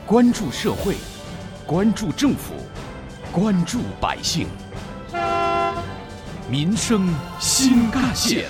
关注社会，关注政府，关注百姓，民生新干线。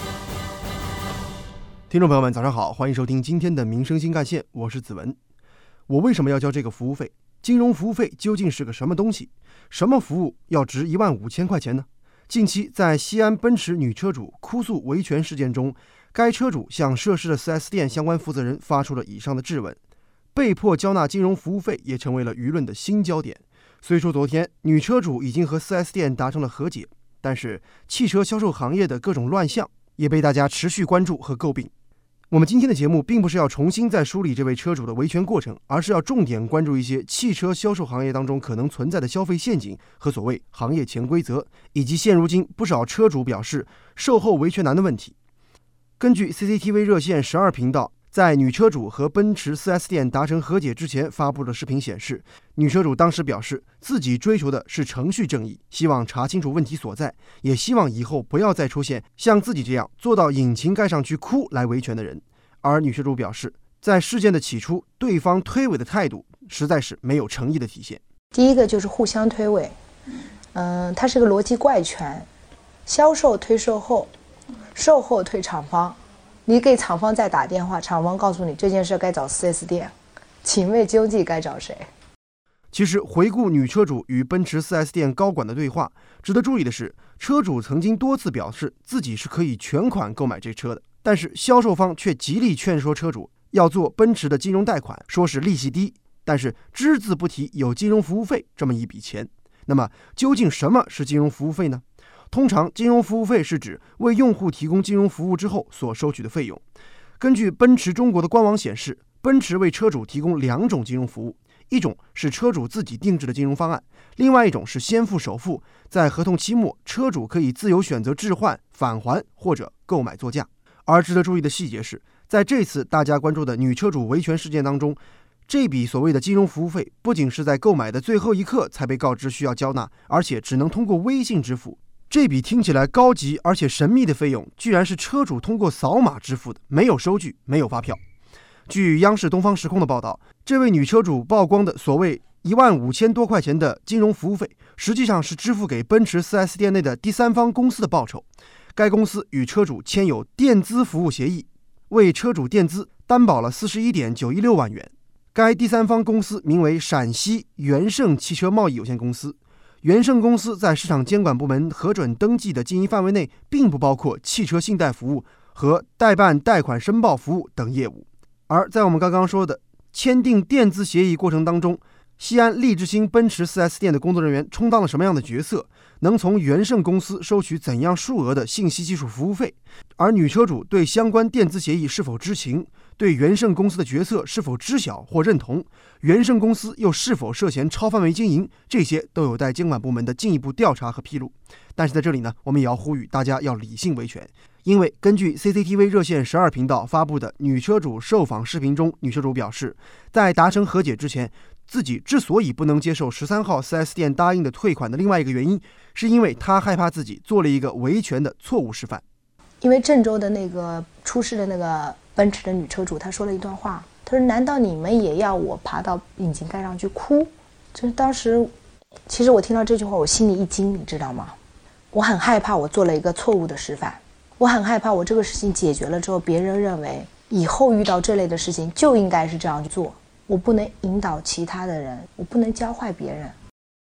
听众朋友们，早上好，欢迎收听今天的民生新干线，我是子文。我为什么要交这个服务费？金融服务费究竟是个什么东西？什么服务要值15000块钱呢？近期在西安奔驰女车主哭诉维权事件中，该车主向涉事的 4S 店相关负责人发出了以上的质问，被迫交纳金融服务费也成为了舆论的新焦点。虽说昨天女车主已经和 4S 店达成了和解，但是汽车销售行业的各种乱象也被大家持续关注和诟病。我们今天的节目并不是要重新再梳理这位车主的维权过程，而是要重点关注一些汽车销售行业当中可能存在的消费陷阱和所谓行业潜规则，以及现如今不少车主表示售后维权难的问题。根据 CCTV 热线12频道在女车主和奔驰 4S 店达成和解之前发布的视频显示，女车主当时表示自己追求的是程序正义，希望查清楚问题所在，也希望以后不要再出现像自己这样坐到引擎盖上去哭来维权的人。而女车主表示，在事件的起初，对方推诿的态度实在是没有诚意的体现。 第一个就是互相推诿，它是个逻辑怪圈，销售推售后，售后推厂方。你给厂方再打电话，厂方告诉你这件事该找 4S 店，请问究竟该找谁？ 其实回顾女车主与奔驰 4S 店高管的对话，值得注意的是，车主曾经多次表示自己是可以全款购买这车的，但是销售方却极力劝说车主要做奔驰的金融贷款，说是利息低，但是只字不提有金融服务费这么一笔钱。那么究竟什么是金融服务费呢？通常金融服务费是指为用户提供金融服务之后所收取的费用。根据奔驰中国的官网显示，奔驰为车主提供2种金融服务，一种是车主自己定制的金融方案，另外一种是先付首付，在合同期末车主可以自由选择置换、返还或者购买座驾。而值得注意的细节是，在这次大家关注的女车主维权事件当中，这笔所谓的金融服务费不仅是在购买的最后一刻才被告知需要交纳，而且只能通过微信支付。这笔听起来高级而且神秘的费用，居然是车主通过扫码支付的，没有收据，没有发票。据央视东方时空的报道，这位女车主曝光的所谓15000多块钱的金融服务费，实际上是支付给奔驰 4S 店内的第三方公司的报酬。该公司与车主签有垫资服务协议，为车主垫资担保了41.916万元。该第三方公司名为陕西元盛汽车贸易有限公司。元盛公司在市场监管部门核准登记的经营范围内，并不包括汽车信贷服务和代办贷款申报服务等业务。而在我们刚刚说的签订垫资协议过程当中，西安利之星奔驰 4S 店的工作人员充当了什么样的角色？能从元盛公司收取怎样数额的信息技术服务费？而女车主对相关垫资协议是否知情？对元盛公司的决策是否知晓或认同？元盛公司又是否涉嫌超范围经营？这些都有待监管部门的进一步调查和披露。但是在这里呢，我们也要呼吁大家要理性维权，因为根据 CCTV 热线12频道发布的女车主受访视频中，女车主表示，在达成和解之前，自己之所以不能接受13号 4S 店答应的退款的另外一个原因，是因为她害怕自己做了一个维权的错误示范。 因为郑州的那个出事的那个奔驰的女车主，她说了一段话，她说难道你们也要我爬到引擎盖上去哭？就是当时其实我听到这句话我心里一惊，你知道吗？我很害怕我做了一个错误的示范，我很害怕我这个事情解决了之后，别人认为以后遇到这类的事情就应该是这样去做，我不能引导其他的人，我不能教坏别人。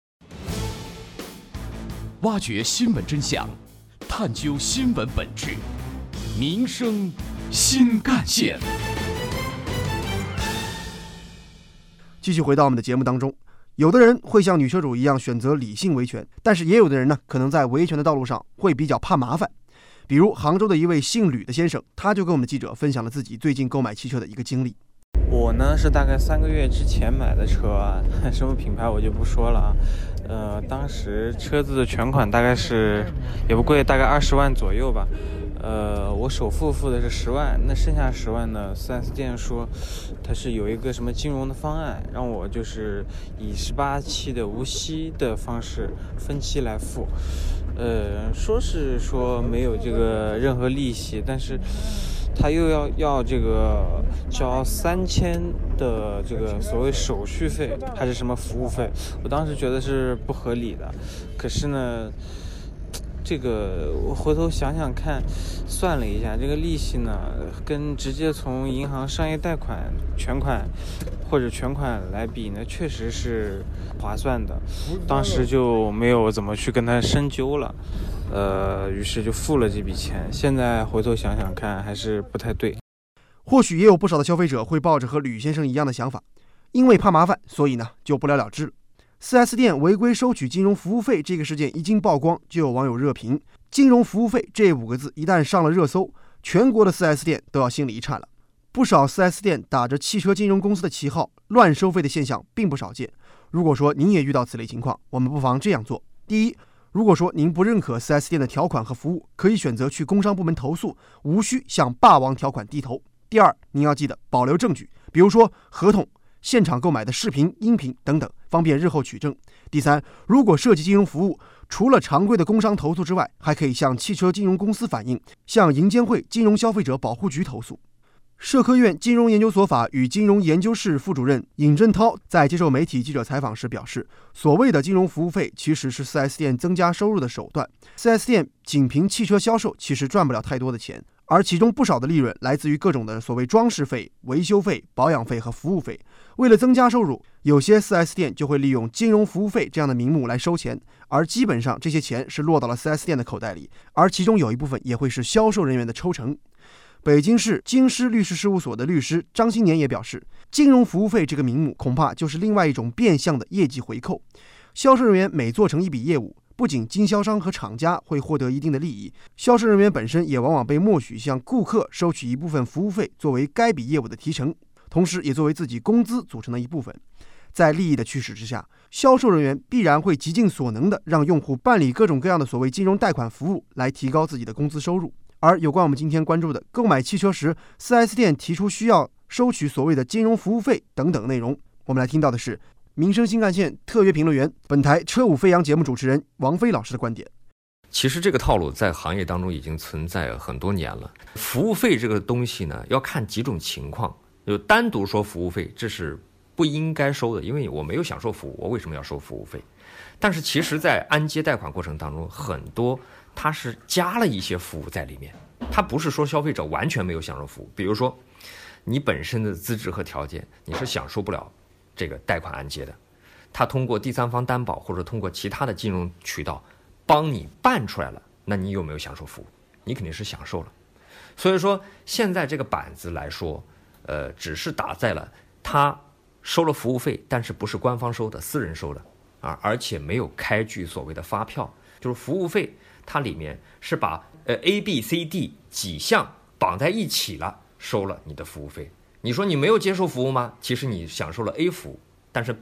挖掘新闻真相，探究新闻本质，民生新干线。 继续回到我们的节目当中，有的人会像女车主一样选择理性维权，但是也有的人呢，可能在维权的道路上会比较怕麻烦。比如杭州的一位姓吕的先生，他就跟我们的记者分享了自己最近购买汽车的一个经历。 我呢是大概3个月之前买的车啊，什么品牌我就不说了啊。当时车子的全款大概是也不贵，大概20万左右吧。我首付付的是10万，那剩下10万呢 4S 店说它是有一个什么金融的方案，让我就是以18期的无息的方式分期来付。说是说没有这个任何利息，但是他又要这个交3000的这个所谓手续费还是什么服务费，我当时觉得是不合理的。可是呢，这个我回头想想看，算了一下，这个利息呢，跟直接从银行商业贷款全款或者全款来比呢，确实是划算的。当时就没有怎么去跟他深究了，于是就付了这笔钱。现在回头想想看，还是不太对。 或许也有不少的消费者会抱着和吕先生一样的想法，因为怕麻烦，所以呢就不了了之了。4S 店违规收取金融服务费这个事件一经曝光，就有网友热评：金融服务费这5个字一旦上了热搜，全国的 4S 店都要心里一颤了。不少 4S 店打着汽车金融公司的旗号乱收费的现象并不少见。如果说您也遇到此类情况，我们不妨这样做：第一，如果说您不认可 4S 店的条款和服务，可以选择去工商部门投诉，无需向霸王条款低头。第二，您要记得保留证据，比如说合同、现场购买的视频、音频等等，方便日后取证。第三，如果涉及金融服务，除了常规的工商投诉之外，还可以向汽车金融公司反映，向银监会金融消费者保护局投诉。社科院金融研究所法与金融研究室副主任尹振涛在接受媒体记者采访时表示，所谓的金融服务费其实是 4S 店增加收入的手段。4S 店仅凭汽车销售其实赚不了太多的钱，而其中不少的利润来自于各种的所谓装饰费、维修费、保养费和服务费。为了增加收入，有些 4S 店就会利用金融服务费这样的名目来收钱，而基本上这些钱是落到了 4S 店的口袋里，而其中有一部分也会是销售人员的抽成。北京市京师律师事务所的律师张新年也表示，金融服务费这个名目恐怕就是另外一种变相的业绩回扣。销售人员每做成一笔业务，不仅经销商和厂家会获得一定的利益，销售人员本身也往往被默许向顾客收取一部分服务费作为该笔业务的提成，同时也作为自己工资组成的一部分。在利益的驱使之下，销售人员必然会极尽所能地让用户办理各种各样的所谓金融贷款服务，来提高自己的工资收入。而有关我们今天关注的购买汽车时 4S 店提出需要收取所谓的金融服务费等等内容，我们来听到的是民生新干线特约评论员、本台车舞飞扬节目主持人王菲老师的观点。 其实这个套路在行业当中已经存在很多年了。服务费这个东西呢，要看几种情况。就单独说服务费，这是不应该收的，因为我没有享受服务，我为什么要收服务费？但是其实在按揭贷款过程当中，很多它是加了一些服务在里面，它不是说消费者完全没有享受服务。比如说你本身的资质和条件，你是享受不了这个贷款按揭的，他通过第三方担保或者通过其他的金融渠道帮你办出来了，那你有没有享受服务？你肯定是享受了。所以说现在这个板子来说，只是打在了他收了服务费，但是不是官方收的，私人收的而且没有开具所谓的发票，就是服务费它里面是把A、B、C、D 几项绑在一起了，收了你的服务费。你说你没有接受服务吗？其实你享受了 A 服务，但是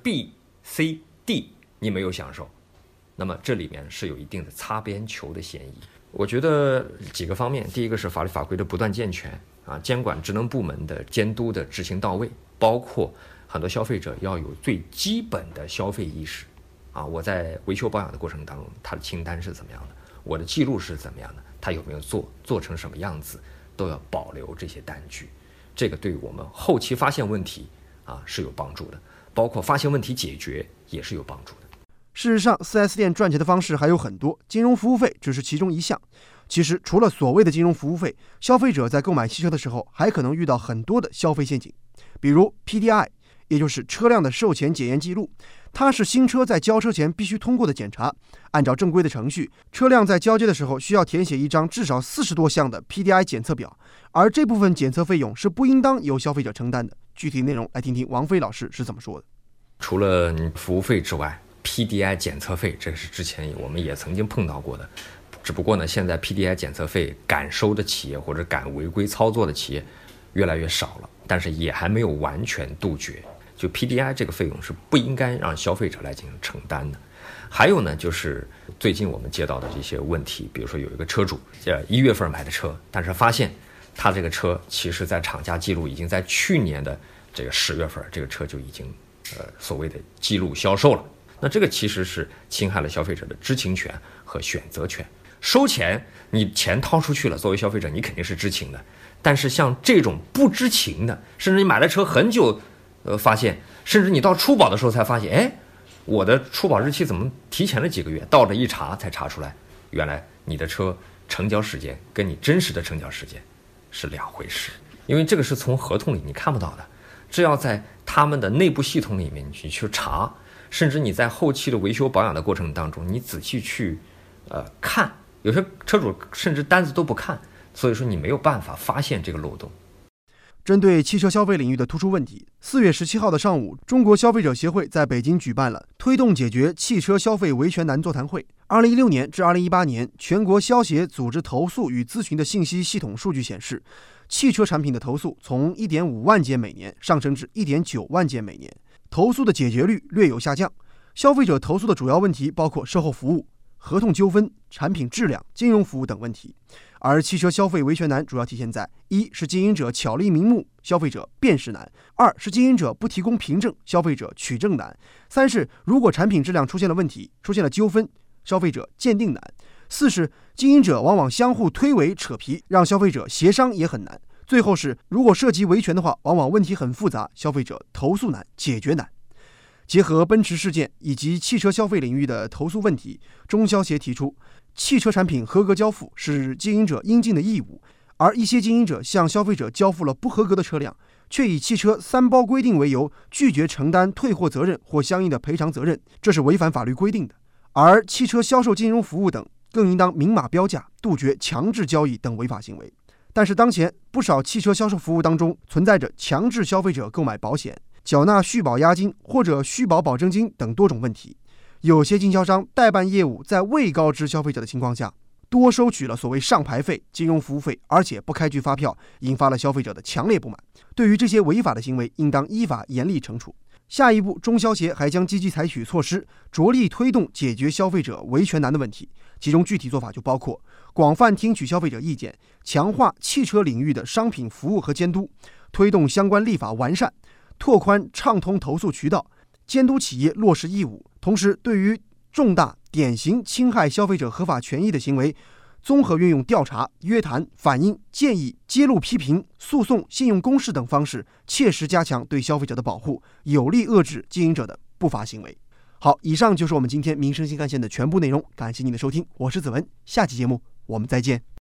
B、C、D 你没有享受，那么这里面是有一定的擦边球的嫌疑。我觉得几个方面，第一个是法律法规的不断健全监管职能部门的监督的执行到位，包括很多消费者要有最基本的消费意识我在维修保养的过程当中，他的清单是怎么样的，我的记录是怎么样的，他有没有做成什么样子，都要保留这些单据。这个对于我们后期发现问题是有帮助的，包括发现问题解决也是有帮助的。 事实上 4S 店赚钱的方式还有很多，金融服务费只是其中一项。其实除了所谓的金融服务费，消费者在购买汽车的时候还可能遇到很多的消费陷阱，比如 PDI， 也就是车辆的售前检验记录，它是新车在交车前必须通过的检查。按照正规的程序，车辆在交接的时候需要填写一张至少40多项的 PDI 检测表，而这部分检测费用是不应当由消费者承担的。具体内容来听听王菲老师是怎么说的。 除了服务费之外， PDI 检测费这是之前我们也曾经碰到过的，只不过呢，现在 PDI 检测费敢收的企业或者敢违规操作的企业越来越少了，但是也还没有完全杜绝。就 PDI 这个费用是不应该让消费者来进行承担的。还有呢，就是最近我们接到的这些问题，比如说有一个车主1月份买的车，但是发现他这个车其实在厂家记录已经在去年的这个10月份，这个车就已经所谓的记录销售了。那这个其实是侵害了消费者的知情权和选择权。 收钱，你钱掏出去了，作为消费者你肯定是知情的。但是像这种不知情的，甚至你买了车很久，发现，甚至你到出保的时候才发现，哎，我的出保日期怎么提前了几个月？到这一查才查出来，原来你的车成交时间跟你真实的成交时间是两回事。因为这个是从合同里你看不到的，这要在他们的内部系统里面你去查，甚至你在后期的维修保养的过程当中，你仔细去看，有些车主甚至单子都不看，所以说你没有办法发现这个漏洞。 针对汽车消费领域的突出问题，4月17号的上午，中国消费者协会在北京举办了推动解决汽车消费维权难座谈会。2016年至2018年，全国消协组织投诉与咨询的信息系统数据显示，汽车产品的投诉从 1.5 万件每年上升至 1.9 万件每年，投诉的解决率略有下降。消费者投诉的主要问题包括售后服务、合同纠纷、产品质量、金融服务等问题。而汽车消费维权难主要体现在：一是经营者巧立名目，消费者辨识难；二是经营者不提供凭证，消费者取证难；三是如果产品质量出现了问题，出现了纠纷，消费者鉴定难；四是经营者往往相互推诿扯皮，让消费者协商也很难；最后是如果涉及维权的话，往往问题很复杂，消费者投诉难，解决难。结合奔驰事件以及汽车消费领域的投诉问题，中消协提出，汽车产品合格交付是经营者应尽的义务，而一些经营者向消费者交付了不合格的车辆，却以汽车3包规定为由，拒绝承担退货责任或相应的赔偿责任，这是违反法律规定的。而汽车销售金融服务等更应当明码标价，杜绝强制交易等违法行为。但是当前不少汽车销售服务当中存在着强制消费者购买保险、缴纳续保押金或者续保保证金等多种问题。有些经销商代办业务在未告知消费者的情况下，多收取了所谓上牌费、金融服务费，而且不开具发票，引发了消费者的强烈不满。对于这些违法的行为，应当依法严厉惩处。下一步，中消协还将积极采取措施，着力推动解决消费者维权难的问题。其中具体做法就包括广泛听取消费者意见，强化汽车领域的商品服务和监督，推动相关立法完善，拓宽畅通投诉渠道，监督企业落实义务。同时，对于重大典型侵害消费者合法权益的行为，综合运用调查、约谈、反映、建议、揭露、批评、诉讼、信用公示等方式，切实加强对消费者的保护，有力遏制经营者的不法行为。好，以上就是我们今天民生新干线的全部内容，感谢您的收听，我是子文，下期节目我们再见。